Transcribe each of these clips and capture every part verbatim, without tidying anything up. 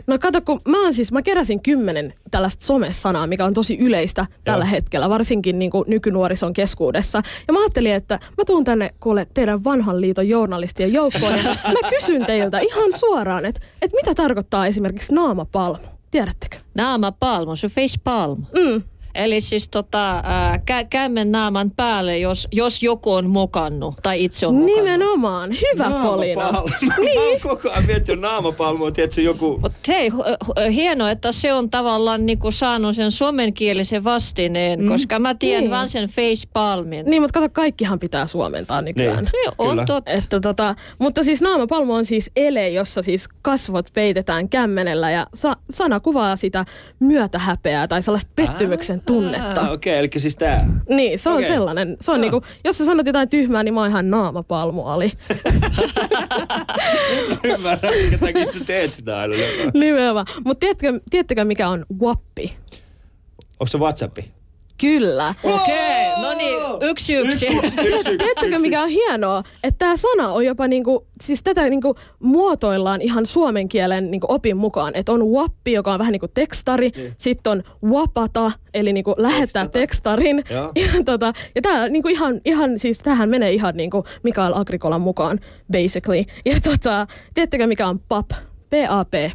No kato, kun mä oon siis, mä keräsin kymmenen tällaista somesanaa, mikä on tosi yleistä tällä Joo. hetkellä, varsinkin niin kuin nykynuorison keskuudessa. Ja mä ajattelin, että mä tuun tänne kuule teidän vanhan liiton journalistien joukkoon ja mä kysyn teiltä ihan suoraan, että, että mitä tarkoittaa esimerkiksi naamapalmu? Tiedättekö? Naamapalmu, se face palm. Mm. Eli siis tota, ää, kä- kämmen naaman päälle, jos, jos joku on mokannut tai itse on mokannut. Nimenomaan. Hyvä Polina. Niin. Mä oon koko ajan miettinyt naamapalmua, tiedätkö joku... Mutta hei, hienoa, että se on tavallaan niinku saanut sen suomenkielisen vastineen, mm. koska mä tiedän niin. vaan sen face palmin. Niin, mutta kato, kaikkihan pitää suomentaa nykyään. Niin. Se on Kyllä. totta. Että tota, mutta siis naamapalmu on siis ele, jossa siis kasvot peitetään kämmenellä ja sa- sana kuvaa sitä myötähäpeää tai sellaista pettymyksen tunnetta. Ah, okei, okay, eli siis tää. Niin, se on okay. sellainen. Se on ah. niinku, jos sä sanot jotain tyhmää, niin mä oon ihan naamapalmuali. Ymmärrän, minkä takia sä teet sitä aina. Nimenomaan. Mutta tiedättekö, tiedättekö, mikä on wappi? Onko se WhatsAppi? Kyllä. Okei, okay. No niin, yksi yksi. Tiedättekö, mikä on hienoa? Että tämä sana on jopa niinku, siis tätä niinku muotoillaan ihan suomen kielen niinku opin mukaan. Että on wappi, joka on vähän niinku tekstari. Niin. Sitten on wapata, eli niinku lähettää tekstarin. Ja, ja, tota, ja tää niinku ihan, ihan, siis tämähän menee ihan niinku Mikael Agricolan mukaan, basically. Ja tota, tiedättekö, mikä on pap? P A P.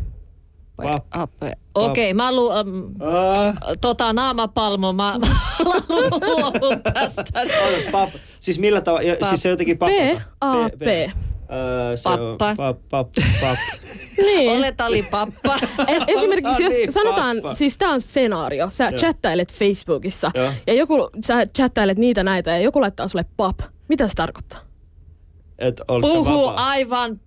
Okei, okay, mä lu... Um, uh. Tota, naamapalmo, mä, mä luovun tästä. Pap. Siis millä tavalla? Pap. Siis se jotenkin papata? P A P. Pappa. Pap, pap, pap. Niin. Olet oli pappa. Et esimerkiksi jos niin, sanotaan, pappa. siis tää on skenaario. Sä Joo. chattailet Facebookissa Joo. ja joku, sä chattailet niitä näitä ja joku laittaa sulle pap. Mitä se tarkoittaa? Et Puhu aivan...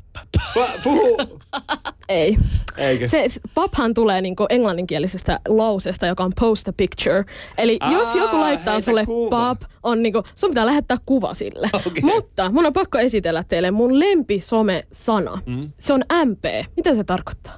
Puhu. Ei. Eikö? Se paphan tulee niinku englanninkielisestä lauseesta, joka on post a picture. Eli Aa, jos joku laittaa sulle kuva. Pap, on niinku, sun pitää lähettää kuva sille. Okay. Mutta mun on pakko esitellä teille mun lempisome-sana. Mm. Se on M P. Mitä se tarkoittaa?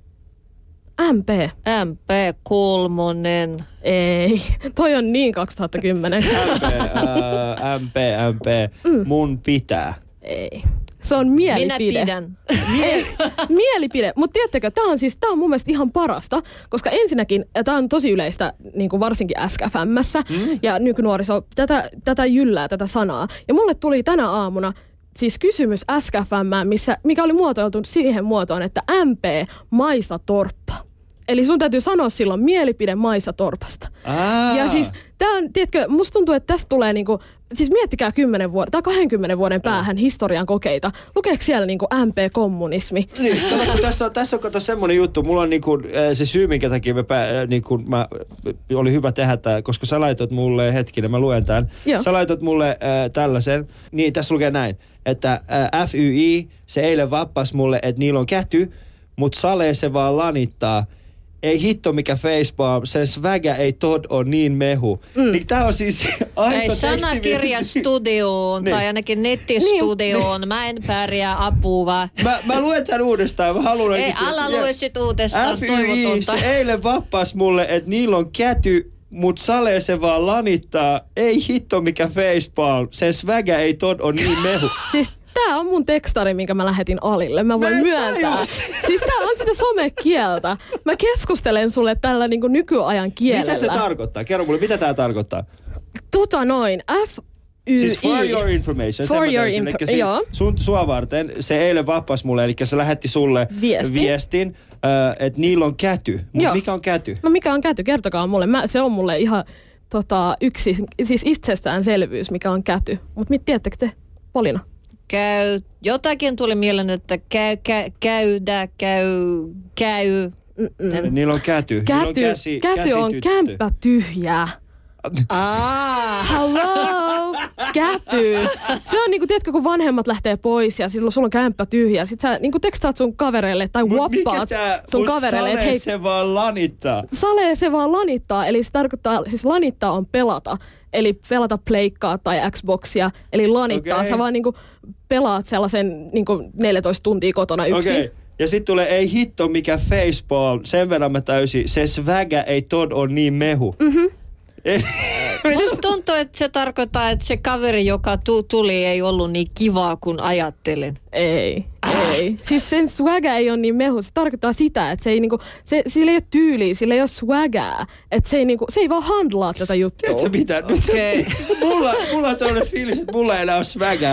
M P. M P Kulmonen. Ei. Toi on niin kaksituhattakymmenen. M P, äh, M P, M P. Mm. Mun pitää. Ei. Se on mielipide. Minä pidän. Ei, mielipide. Mutta tiedättekö, tämä on siis, tää on mun mielestä ihan parasta, koska ensinnäkin, tämä on tosi yleistä, niin kuin varsinkin S K F M:ssä, mm. ja nykynuoriso, tätä, tätä jyllää, tätä sanaa. Ja mulle tuli tänä aamuna siis kysymys S K F M, missä, mikä oli muotoiltu siihen muotoon, että M P Maisa Torppa. Eli sun täytyy sanoa silloin mielipide Maisa Torpasta. Aa. Ja siis tää on, tiedätkö, musta tuntuu, että tästä tulee niinku, siis miettikää kymmenen vuoden tai kahdenkymmenen vuoden päähän historian kokeita. Lukeeko siellä niinku M P-kommunismi? Niin, kato, tässä on, tässä on kato semmoinen juttu. Mulla on niinku, se syy, minkä takia me pää, niinku, mä, oli hyvä tehdä tää, koska sä laitot mulle, hetkinen, mä luen tämän. Joo. Sä laitot mulle äh, tällaisen. Niin, tässä lukee näin, että äh, F Y I, se eilen vappas mulle, että niillä on käty, mut Sale se vaan lanittaa. Ei hitto mikä facepalm, sen svägä ei tod on niin mehu. Mm. Niin tää on siis aito ei sanakirjastudioon niin. Tai ainakin nettistudioon. Mä en pärjää apua. Mä, mä luen tän uudestaan. Mä haluan ei, älä lue sit uudestaan. F Y I, se eilen vappas mulle, että niillä on käty, mut Sale se vaan lanittaa. Ei hitto mikä facepalm, sen svägä ei tod on niin mehu. Siis tää on mun tekstari, minkä mä lähetin Alille. Mä voin mä myöntää. Tajus. Siis tää on sitä somekieltä. Mä keskustelen sulle tällä niinku nykyajan kielellä. Mitä se tarkoittaa? Kerro mulle, mitä tää tarkoittaa? Tota noin. F Y I. Siis for your information. For your information, joo. Sun, sua varten se eilen vappas mulle, eli se lähetti sulle viestin, viestin äh, että niillä on käty. Mut mikä on käty? No mikä on käty? Kertokaa mulle. Mä, se on mulle ihan tota, yksi, siis itsestäänselvyys, mikä on käty. Mutta mit tiedättekö te, Polina? Käy, jotakin tuli mieleen, että käy, käy, käydä, käy, käy. Mm-mm. Niillä on käty. Käty, on käsi, käty on kämppä tyhjää. Ah. Hello, käty. Se on niinku, tiedätkö, kun vanhemmat lähtee pois ja silloin sulla on kämppä tyhjä. Sit sä niinku tekstaat sun kavereille tai wappaat sun kavereille. Sale se vaan lanittaa. Sale se vaan lanittaa, eli se tarkoittaa, siis lanittaa on pelata. Eli pelata pleikkaa tai Xboxia, eli lanittaa. Okay. Sä vaan niinku pelaat sellaisen niinku neljätoista tuntia kotona yksin. Okay. Ja sit tulee ei hitto mikä facepalm, sen verran mä täysin, se svägä ei tod on niin mehu. Mhm. Musta tuntuu, että se tarkoittaa, että se kaveri, joka tu- tuli, ei ollut niin kivaa kuin ajattelin. Ei, ei. Siis sen swagga ei ole niin mehu. Se tarkoittaa sitä, että se ei niinku, se, sillä ei ole tyyliä, sillä ei ole swaggaa. Että se ei niinku, se ei vaan handlaa tätä juttua. Tiedätkö mitä? Nyt okay. se, mulla, mulla on tämmöinen fiilis, että mulla ei enää ole swaggaa.